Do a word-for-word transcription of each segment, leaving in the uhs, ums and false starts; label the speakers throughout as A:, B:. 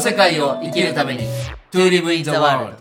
A: 世界を生きるために To live in the world。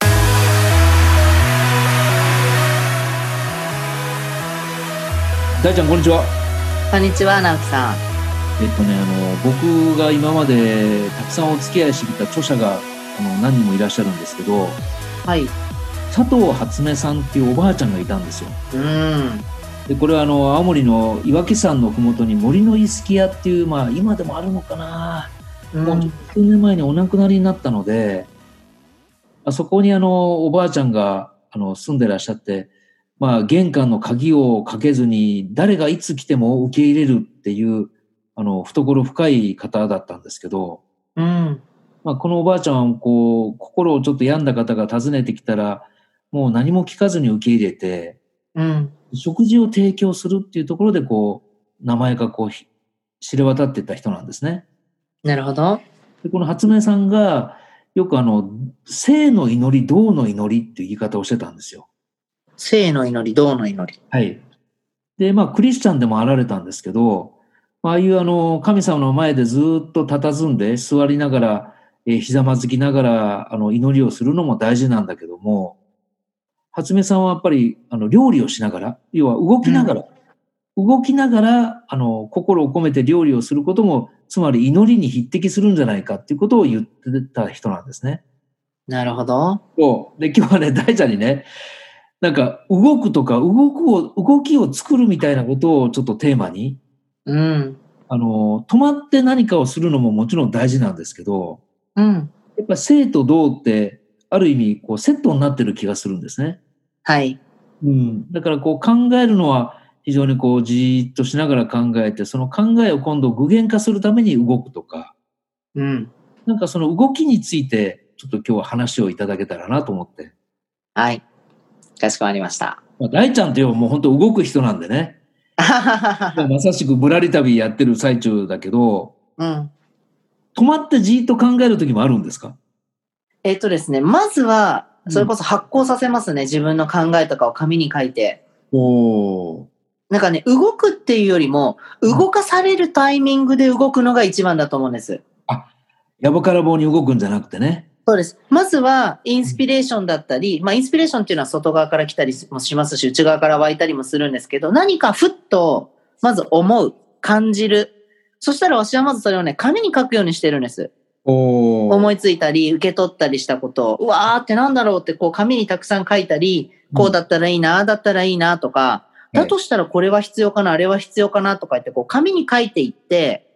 B: 大ちゃんこんにちは。
C: こんにちは、直樹さん。
B: えっとねあの僕が今までたくさんお付き合いしてきた著者があの何人もいらっしゃるんですけど、
C: はい。
B: 佐藤初音さんっていうおばあちゃんがいたんですよ。
C: うーん。
B: でこれはあの青森の岩木山のふもとに森のイスキ屋っていう、まあ今でもあるのかな、
C: うん、
B: もう数年前にお亡くなりになったので、あそこにあのおばあちゃんがあの住んでらっしゃって、まあ玄関の鍵をかけずに誰がいつ来ても受け入れるっていうあの懐深い方だったんですけど、
C: うん。
B: まあ、このおばあちゃんはこう心をちょっと病んだ方が訪ねてきたらもう何も聞かずに受け入れて、
C: うん。
B: 食事を提供するっていうところでこう名前がこう知れ渡っていった人なんですね。
C: なるほど。
B: でこの初音さんがよくあの生の祈り動の祈りっていう言い方をしてたんですよ。
C: 生の祈り、動の祈り。
B: はい。でまあクリスチャンでもあられたんですけど、ああいうあの神様の前でずっと佇んで座りながら、えー、ひざまずきながらあの祈りをするのも大事なんだけども、初音さんはやっぱりあの料理をしながら、要は動きながら、うん、動きながらあの心を込めて料理をすることも、つまり祈りに匹敵するんじゃないかっていうことを言ってた人なんですね。
C: なるほど。
B: そうで今日はね大ちゃんにね、なんか動くとか動くを動きを作るみたいなことをちょっとテーマに、
C: うん、
B: あの止まって何かをするのももちろん大事なんですけど、
C: うん、
B: やっぱ生と動ってある意味こうセットになってる気がするんですね。
C: はい。
B: うん、だからこう考えるのは非常にこうじーっとしながら考えて、その考えを今度具現化するために動くとか、
C: うん、
B: なんかその動きについてちょっと今日は話をいただけたらなと思って。
C: はい。かしこまりました。
B: まあ、大ちゃんというのはもう本当動く人なんでね。まさしくぶらり旅やってる最中だけど、
C: うん、
B: 止まってじーっと考える時もあるんですか？
C: えっとですね、まずは、それこそ発行させますね。うん、自分の考えとかを紙に書いて。
B: おー。
C: なんかね、動くっていうよりも、動かされるタイミングで動くのが一番だと思うんです。
B: あ、やぶから棒に動くんじゃなくてね。
C: そうです。まずは、インスピレーションだったり、まあ、インスピレーションっていうのは外側から来たりもしますし、内側から湧いたりもするんですけど、何かふっと、まず思う、感じる。そしたら私はまずそれをね、紙に書くようにしてるんです。
B: おー。
C: 思いついたり、受け取ったりしたことを、うわーってなんだろうって、こう紙にたくさん書いたり、こうだったらいいな、ああだったらいいなとか、だとしたらこれは必要かな、あれは必要かなとか言って、こう紙に書いていって、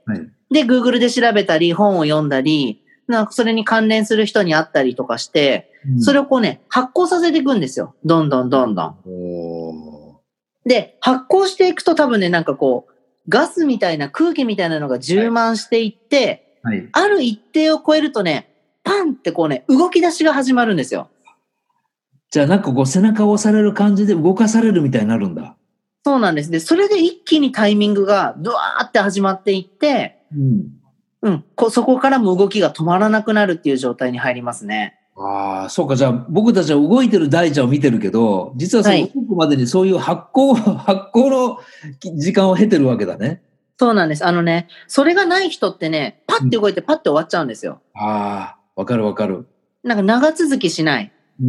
B: はい、
C: で、Google で調べたり、本を読んだり、なんかそれに関連する人に会ったりとかして、うん、それをこうね、発酵させていくんですよ。どんどんどんどん。
B: お
C: ーで、発酵していくと多分ね、なんかこう、ガスみたいな空気みたいなのが充満していって、はいはい、ある一定を超えるとね、パンってこうね、動き出しが始まるんですよ。
B: じゃあなんかこう背中を押される感じで動かされるみたいになるんだ。
C: そうなんです。で、それで一気にタイミングがドワーって始まっていって、うんうん、こそこからも動きが止まらなくなるっていう状態に入りますね。
B: ああ、そうか。じゃあ僕たちは動いてる大ちゃんを見てるけど、実はその動くまでにそういう発酵、はい、発酵の時間を経てるわけだね。
C: そうなんです。あのね、それがない人ってね、パッて動いてパッて終わっちゃうんですよ。
B: うん、ああ、わかるわかる。
C: なんか長続きしない。
B: うん。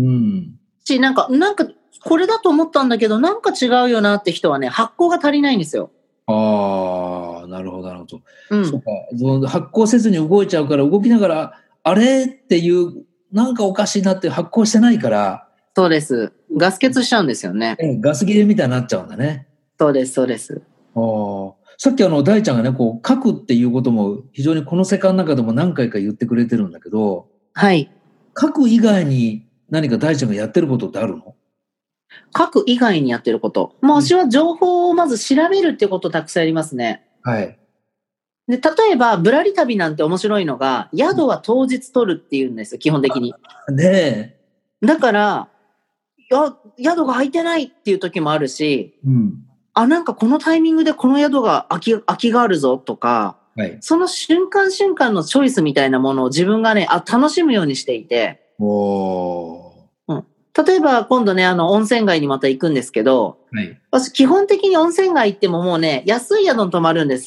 C: し、なんか、なんか、これだと思ったんだけど、なんか違うよなって人はね、発酵が足りないんですよ。
B: ああ、なるほど、なるほど。
C: うん。
B: そうか。発酵せずに動いちゃうから、動きながら、あれっていう、なんかおかしいなって発酵してないから。
C: そうです。ガス欠しちゃうんですよね。
B: ガス切れみたいになっちゃうんだね。
C: そうです、そうです。
B: ああ。さっきあの、大ちゃんがね、こう、書くっていうことも、非常にこの世界の中でも何回か言ってくれてるんだけど。
C: はい。
B: 書く以外に何か大ちゃんがやってることってあるの？
C: 書く以外にやってること。まあ、私は情報をまず調べるっていうことをたくさんやりますね。
B: はい。
C: で、例えば、ぶらり旅なんて面白いのが、宿は当日取るっていうんですよ、基本的に。
B: ねえ。
C: だから、や、宿が空いてないっていう時もあるし、
B: うん、
C: あ、なんかこのタイミングでこの宿が空き、空きがあるぞとか、
B: はい、
C: その瞬間瞬間のチョイスみたいなものを自分がね、あ、楽しむようにしていて。
B: おー。
C: うん。例えば今度ね、あの、温泉街にまた行くんですけど、
B: はい、
C: 私基本的に温泉街行ってももうね、安い宿に泊まるんです。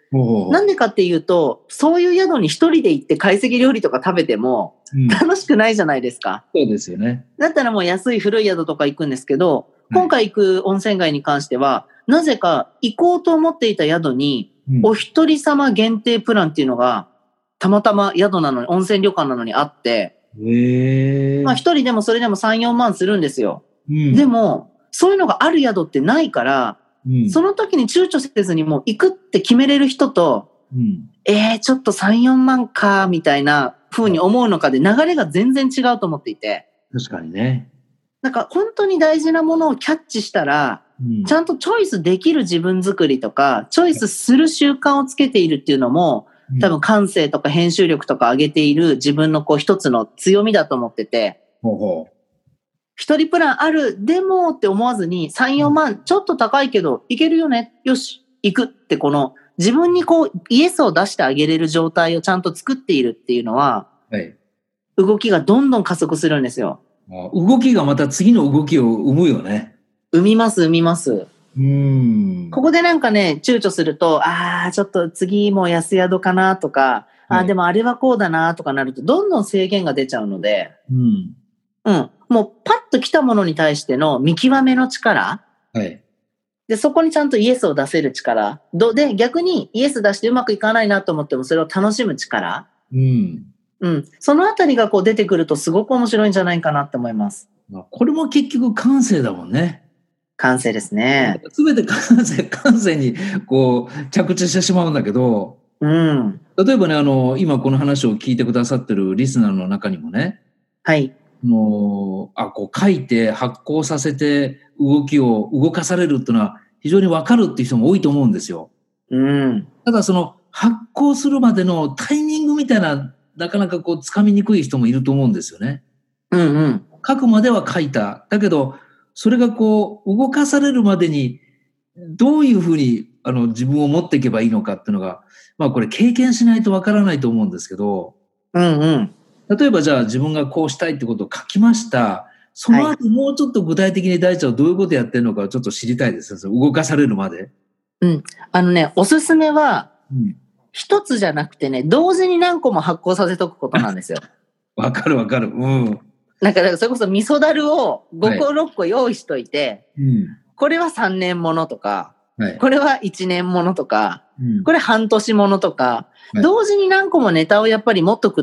B: おー
C: なんでかっていうと、そういう宿に一人で行って懐石料理とか食べても
B: うん
C: 楽しくないじゃないですか。
B: そうですよね。
C: だったらもう安い古い宿とか行くんですけど、
B: はい
C: 今回行く温泉街に関しては、なぜか行こうと思っていた宿に、
B: うん
C: お一人様限定プランっていうのが、たまたま宿なのに、温泉旅館なのにあって、
B: へえ。
C: まあ一人でもそれでもさん、よんまんするんですよ。
B: うん
C: でも、そういうのがある宿ってないから、
B: うん
C: その時に躊躇せずにもう行くって決めれる人と、
B: うん
C: えー、ちょっとさん、よんまんか、みたいな風に思うのかで流れが全然違うと思っていて、
B: 確かにね。
C: なんか本当に大事なものをキャッチしたら、
B: うん
C: ちゃんとチョイスできる自分作りとか、チョイスする習慣をつけているっていうのも、多分感性とか編集力とか上げている自分のこう一つの強みだと思ってて、
B: ほうほ
C: 一人プランある、でもって思わずにさん、よんまん、ちょっと高いけど、いけるよね、よし、行くってこの自分にこうイエスを出してあげれる状態をちゃんと作っているっていうのは、
B: う。はい。
C: 動きがどんどん加速するんですよ。
B: あ動きがまた次の動きを生むよね。
C: 生みます、生みます。
B: うーん。
C: ここでなんかね、躊躇すると、ああ、ちょっと次も安宿かなとか、ああ、
B: はい
C: でもあれはこうだなとかなると、どんどん制限が出ちゃうので、
B: うん。
C: うん。もうパッと来たものに対しての見極めの力。
B: はい。
C: で、そこにちゃんとイエスを出せる力。どで、逆にイエス出してうまくいかないなと思ってもそれを楽しむ力。
B: うん。
C: うん。そのあたりがこう出てくるとすごく面白いんじゃないかなって思います。
B: まあこれも結局感性だもんね。
C: 完成ですね。
B: すべて感性、感性にこう着地してしまうんだけど、
C: うん。
B: 例えばね、あの、今この話を聞いてくださってるリスナーの中にもね、
C: はい。
B: もう、あ、こう書いて発行させて動きを動かされるっていうのは非常にわかるっていう人も多いと思うんですよ。
C: うん。
B: ただその発行するまでのタイミングみたいな、なかなかこう掴みにくい人もいると思うんですよね。
C: うんうん。
B: 書くまでは書いた。だけど、それがこう動かされるまでにどういうふうにあの自分を持っていけばいいのかっていうのが、まあこれ経験しないとわからないと思うんですけど、
C: うんうん。
B: 例えばじゃあ自分がこうしたいってことを書きました。その後もうちょっと具体的に大ちゃんはどういうことやってるのかをちょっと知りたいです。動かされるまで。
C: あのね、おすすめは、
B: うん。
C: 一つじゃなくてね、同時に何個も発酵させとくことなんですよ。
B: わかるわかる。うん。
C: なんか、だからそれこそ味噌だるをごころっこ用意しといて、
B: うん。
C: これはさんねんものとか、
B: はい。
C: これはいちねんものとか、
B: うん
C: これ半年ものとか、
B: はい
C: 同時に何個もネタをやっぱり持っとくって、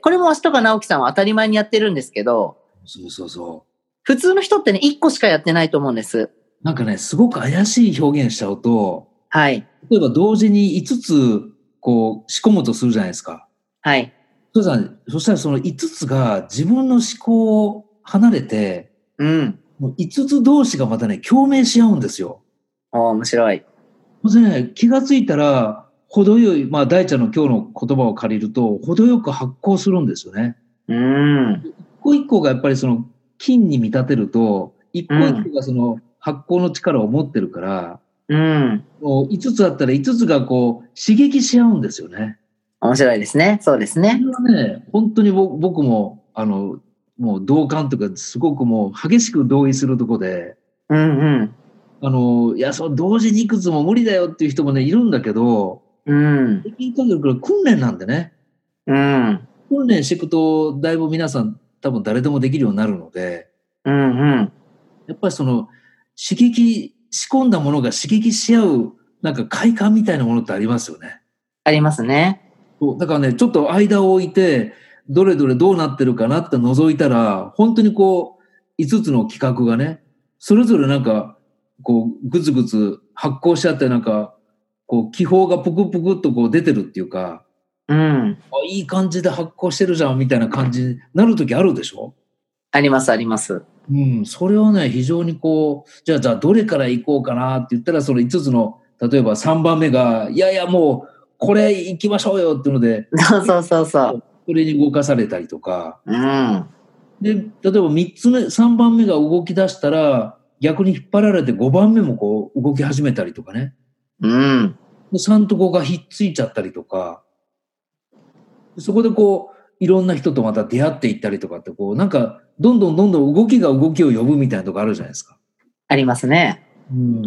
C: これも足とか直樹さんは当たり前にやってるんですけど、
B: そうそうそ
C: 普通の人ってね、いっこしかやってないと思うんです。
B: う。なんかね、すごく怪しい表現しちゃうと、
C: はい。
B: 例えば同時にいつつこう仕込むとするじゃないですか。
C: はい。
B: そしたら、そしたらそのいつつが自分の思考を離れて、
C: うん。
B: もういつつ同士がまたね、共鳴し合うんですよ。
C: おー面白い。
B: それでね、気がついたら、程よい、まあ大ちゃんの今日の言葉を借りると、程よく発酵するんですよね。
C: うん。
B: 一個一個がやっぱりその金に見立てると、一個一個がその発酵の力を持ってるから、
C: うん。
B: もういつつあったらいつつがこう刺激し合うんですよね。
C: 面白いですね。そうです
B: そ
C: ね。
B: れはね、本当に僕僕も、あの、もう同感というか、すごくもう激しく同意するところで、
C: うんうん。
B: あの、いや、そう、同時にいくつも無理だよっていう人もね、いるんだけど、
C: うん。
B: できる限りこれ訓練なんでね、
C: うん。
B: 訓練していくと、だいぶ皆さん多分誰でもできるようになるので、
C: うんうん。
B: やっぱりその刺激、仕込んだものが刺激し合う、なんか快感みたいなものってありますよね。
C: ありますね。
B: そうだからね、ちょっと間を置いて、どれどれどうなってるかなって覗いたら、本当にこう、いつつの企画がね、それぞれなんか、こう、ぐつぐつ発酵しちゃって、なんか、こう、気泡がぷくぷくっとこう出てるっていうか、
C: うん。
B: あ、いい感じで発酵してるじゃんみたいな感じになるときあるでしょ？
C: ありますあります。
B: うん、それをね、非常にこう、じゃあ、じゃあ、どれから行こうかなって言ったら、そのいつつの、例えばさんばんめが、いやいや、もう、これ行きましょうよっていうので、
C: そうそうそうそう。
B: それに動かされたりとか、
C: うん。
B: で、例えばみっつめ、さんばんめが動き出したら、逆に引っ張られてごばんめもこう動き始めたりとかね。
C: うん。
B: でさんとごがひっついちゃったりとか、そこでこう、いろんな人とまた出会っていったりとかって、こう、なんか、どんどんどんどん動きが動きを呼ぶみたいなとこあるじゃないですか。
C: ありますね。
B: うん。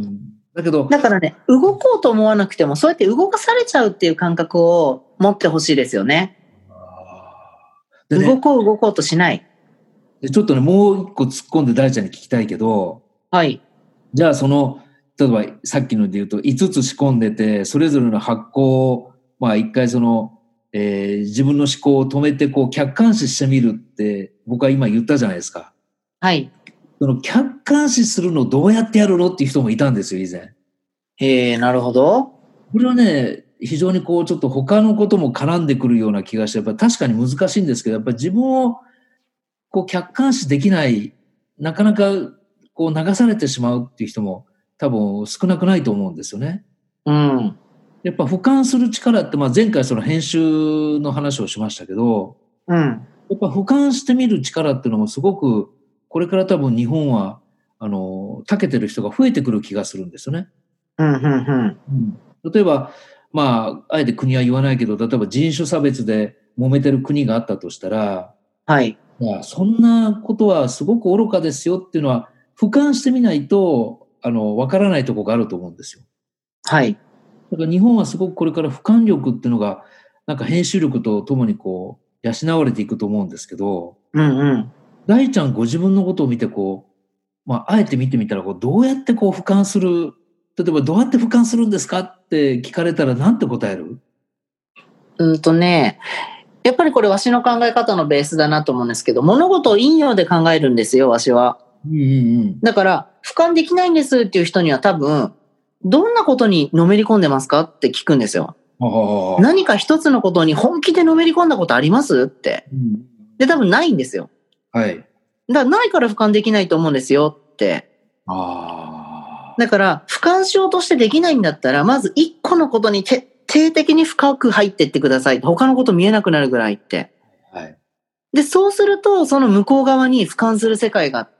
B: だけど、
C: だからね、動こうと思わなくても、そうやって動かされちゃうっていう感覚を持ってほしいですよね。
B: でね、
C: 動こう動こうとしない。
B: でちょっとね、もう一個突っ込んで大ちゃんに聞きたいけど、
C: はい。
B: じゃあその、例えばさっきので言うといつつ仕込んでて、それぞれの発行を、まあ一回その、えー自分の思考を止めてこう客観視してみるって僕は今言ったじゃないですか。
C: はい。
B: その客観視するのどうやってやるのっていう人もいたんですよ、以前。
C: えー、なるほど。
B: これはね、非常にこうちょっと他のことも絡んでくるような気がして、やっぱり確かに難しいんですけど、やっぱり自分をこう客観視できない、なかなかこう流されてしまうっていう人も多分少なくないと思うんですよね。
C: うん。
B: やっぱ俯瞰する力って、まあ、前回その編集の話をしましたけど、
C: うん。
B: やっぱ俯瞰してみる力っていうのもすごく、これから多分日本は、あの、長けてる人が増えてくる気がするんですよね。
C: うん。うん。
B: うん、例えば、まあ、あえて国は言わないけど、例えば人種差別で揉めてる国があったとしたら、
C: はい。
B: いや、そんなことはすごく愚かですよっていうのは、俯瞰してみないと、あの、わからないところがあると思うんですよ。
C: はい。
B: だから日本はすごくこれから俯瞰力っていうのが、なんか編集力とともにこう、養われていくと思うんですけど、
C: うんうん。
B: 大ちゃんご自分のことを見てこう、まあ、あえて見てみたらこう、どうやってこう俯瞰する、例えばどうやって俯瞰するんですかって聞かれたらなんて答える？
C: うんとね、やっぱりこれわしの考え方のベースだなと思うんですけど、物事を陰陽で考えるんですよ、わしは。
B: うんうんうん。
C: だから、俯瞰できないんですっていう人には多分、どんなことにのめり込んでますかって聞くんですよ。
B: ああ。
C: 何か一つのことに本気でのめり込んだことありますって。
B: うん
C: で、多分ないんですよ。
B: はい。
C: だからないから俯瞰できないと思うんですよって。
B: ああ。
C: だから、俯瞰しようとしてできないんだったら、まず一個のことに徹底的に深く入っていってください。他のこと見えなくなるぐらいって。
B: はい。
C: で、そうすると、その向こう側に俯瞰する世界があって、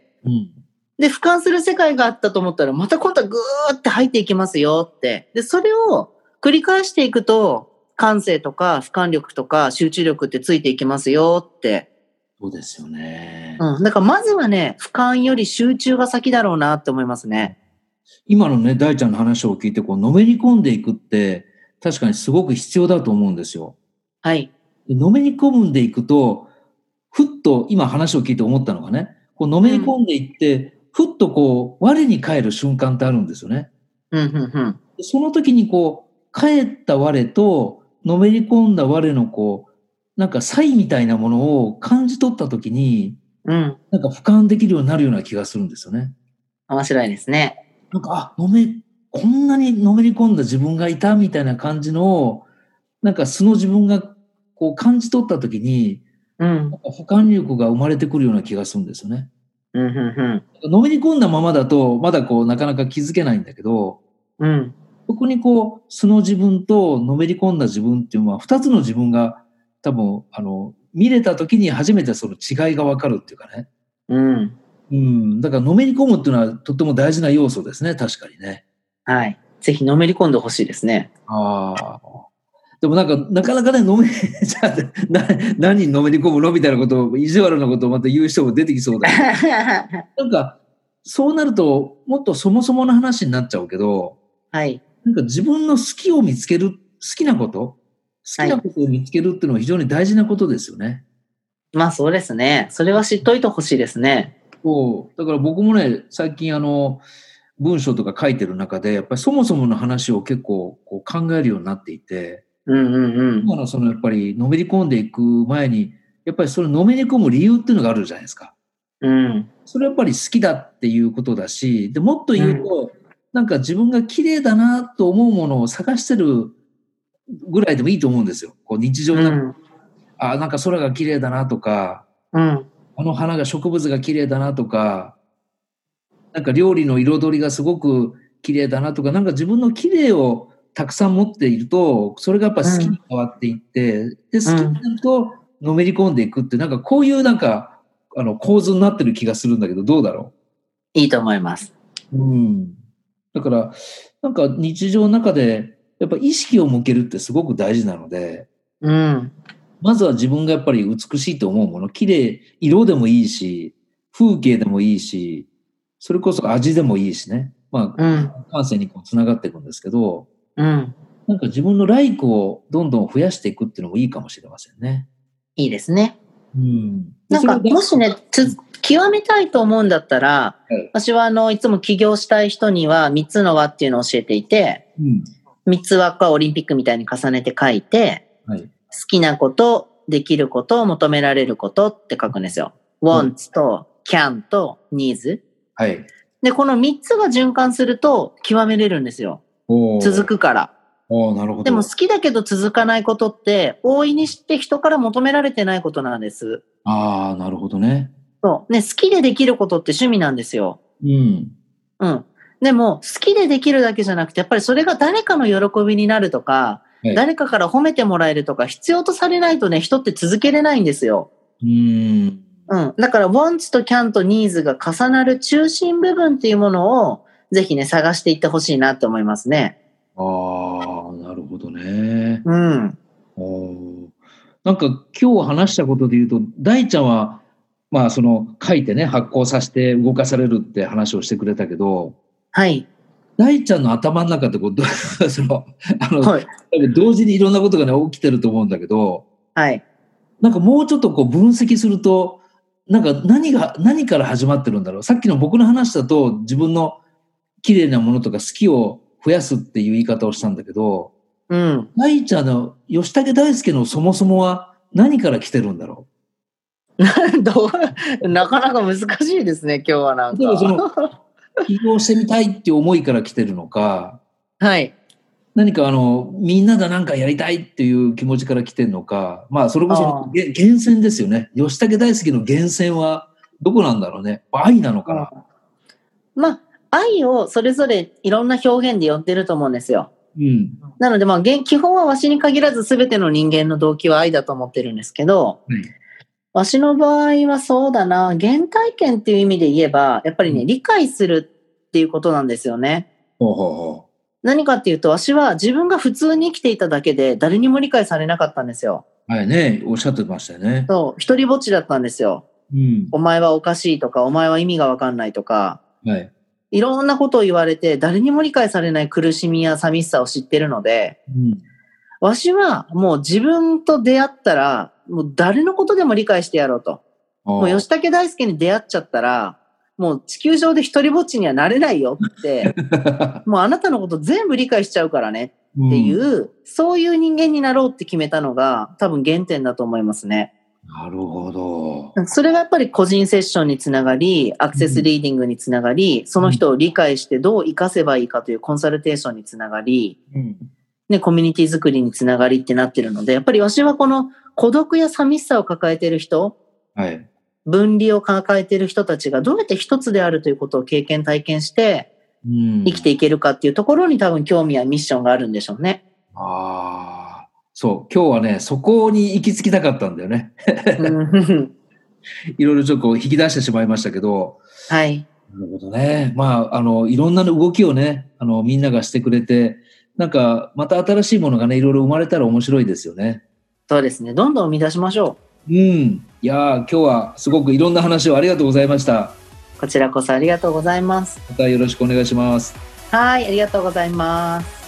B: うん。
C: で、俯瞰する世界があったと思ったら、また今度はぐーって入っていきますよって。で、それを繰り返していくと、感性とか俯瞰力とか集中力ってついていきますよって。
B: そうですよね。
C: うん。だからまずはね、俯瞰より集中が先だろうなって思いますね。
B: 今のね、大ちゃんの話を聞いて、こう、のめり込んでいくって、確かにすごく必要だと思うんですよ。
C: はい。
B: でのめり込んでいくと、ふっと今話を聞いて思ったのがね、こうのめり込んでいって、うん、ふっとこう、我に返る瞬間ってあるんですよね。
C: うん、うん、うん。
B: でその時にこう、帰った我と、のめり込んだ我のこう、なんか差異みたいなものを感じ取った時に、
C: うん。
B: なんか俯瞰できるようになるような気がするんですよね。
C: 面白いですね。
B: なんか、あ、のめ、こんなにのめり込んだ自分がいたみたいな感じの、なんか素の自分がこう感じ取った時に、
C: うん。
B: なんか俯瞰力が生まれてくるような気がするんですよね。
C: うん、うん、うん。
B: のめり込んだままだと、まだこう、なかなか気づけないんだけど、
C: うん。
B: そこにこう、素の自分とのめり込んだ自分っていうのは、二つの自分が多分、あの、見れた時に初めてその違いがわかるっていうかね。
C: うん。
B: うん。だから、のめり込むっていうのはとっても大事な要素ですね。確かにね。
C: はい。ぜひのめり込んでほしいですね。
B: ああ。でもなんか、なかなかね、のめ、じゃあ、な、何にのめり込むのみたいなことを、意地悪なことをまた言う人も出てきそうだけど。なんか、そうなると、もっとそもそもの話になっちゃうけど、
C: はい。
B: なんか自分の好きを見つける、好きなこと、好きなことを見つけるっていうのは非常に大事なことですよね。
C: まあそうですね。それは知っといてほしいですね。
B: そう。だから僕もね、最近あの、文章とか書いてる中で、やっぱりそもそもの話を結構こう考えるようになっていて、
C: うんうんうん。
B: 今のそのやっぱりのめり込んでいく前に、やっぱりそれのめり込む理由っていうのがあるじゃないですか。
C: うん。
B: それはやっぱり好きだっていうことだし、で、もっと言うと、うん、なんか自分が綺麗だなと思うものを探してるぐらいでもいいと思うんですよ。こう日常な、うん、あ、なんか空が綺麗だなとか、
C: うん、
B: あの花が植物が綺麗だなとか、なんか料理の彩りがすごく綺麗だなとか、なんか自分の綺麗をたくさん持っていると、それがやっぱ好きに変わっていって、うん、で、好きになるとのめり込んでいくって、なんかこういうなんか、あの構図になってる気がするんだけど、どうだろ
C: う？いいと思います。
B: うん。だから、なんか日常の中で、やっぱ意識を向けるってすごく大事なので、
C: うん。
B: まずは自分がやっぱり美しいと思うもの、綺麗、色でもいいし、風景でもいいし、それこそ味でもいいしね。 まあ、
C: うん。
B: 感性にこうつながっていくんですけど、
C: うん。
B: なんか自分のライクをどんどん増やしていくっていうのもいいかもしれませんね。
C: いいですね。
B: うん。
C: なんか、もしね、つ、極めたいと思うんだったら、
B: はい、
C: 私はあの、いつも起業したい人にはみっつの輪っていうのを教えていて、
B: うん、
C: みっつ輪はオリンピックみたいに重ねて書いて、
B: はい、
C: 好きなこと、できること、求められることって書くんですよ。wants と can と needs。
B: はい。
C: で、このみっつが循環すると極めれるんですよ。続くから。
B: おー、なるほど。
C: でも好きだけど続かないことって、大いにして人から求められてないことなんです。
B: ああ、なるほどね。
C: そう。ね、好きでできることって趣味なんですよ。
B: うん。
C: うん。でも、好きでできるだけじゃなくて、やっぱりそれが誰かの喜びになるとか、はい、誰かから褒めてもらえるとか、必要とされないとね、人って続けれないんですよ。
B: うーん。
C: うん。だから、wants と can と needs が重なる中心部分っていうものを、ぜひね、探していってほしいなって思いますね。
B: ああ、なるほどね。
C: うん。
B: おなんか今日話したことで言うと、大ちゃんは、まあその書いてね、発行させて動かされるって話をしてくれたけど、
C: はい。
B: 大ちゃんの頭の中ってこう、その、あの、
C: はい、
B: 同時にいろんなことがね、起きてると思うんだけど、
C: はい。
B: なんかもうちょっとこう分析すると、なんか何が、何から始まってるんだろう。さっきの僕の話だと、自分の綺麗なものとか好きを増やすっていう言い方をしたんだけど、
C: うん。
B: 大ちゃんの吉武大輔のそもそもは何から来てるんだろ
C: うどうなかなか難しいですね、今日はなんか。
B: 例えばその、起業してみたいっていう思いから来てるのか、
C: はい。
B: 何かあの、みんなで何かやりたいっていう気持ちから来てるのか、まあそれこそ源泉ですよね。吉武大輔の源泉はどこなんだろうね。愛なのかな。
C: まあ、愛をそれぞれいろんな表現で呼んでると思うんですよ。
B: うん。
C: なのでまあ、基本はわしに限らず全ての人間の動機は愛だと思ってるんですけど、
B: はい、
C: わしの場合はそうだな、原体験っていう意味で言えば、やっぱりね、うん、理解するっていうことなんですよね。
B: ほうほうほう。
C: 何かっていうと、わしは自分が普通に生きていただけで誰にも理解されなかったんですよ。
B: はいね、おっしゃってましたよね。
C: そう、一人ぼっちだったんですよ。
B: うん、
C: お前はおかしいとか、お前は意味がわかんないとか、
B: はい、
C: いろんなことを言われて、誰にも理解されない苦しみや寂しさを知ってるので、うん、わしはもう自分と出会ったら、もう誰のことでも理解してやろうと。もう吉武大輔に出会っちゃったら、もう地球上で一人ぼっちにはなれないよって、もうあなたのこと全部理解しちゃうからねっていう、うん、そういう人間になろうって決めたのが多分原点だと思いますね。
B: なるほど。
C: それがやっぱり個人セッションにつながり、アクセスリーディングにつながり、うん、その人を理解してどう活かせばいいかというコンサルテーションにつながり、うんね、コミュニティ作りにつながりってなってるので、やっぱり私はこの孤独や寂しさを抱えている人、
B: はい、
C: 分離を抱えている人たちがどうやって一つであるということを経験体験して生きていけるかっていうところに多分興味やミッションがあるんでしょうね。
B: ああ、そう、今日はね、そこに行き着きたかったんだよね。いろいろちょっと引き出してしまいましたけど。
C: はい。
B: なるほどね。まあ、あの、いろんな動きをね、あの、みんながしてくれて、なんか、また新しいものがね、いろいろ生まれたら面白いですよね。
C: そうですね。どんどん生み出しましょ
B: う。うん。いやー、今日はすごくいろんな話をありがとうございました。
C: こちらこそありがとうございます。
B: またよろしくお願いします。
C: はい、ありがとうございます。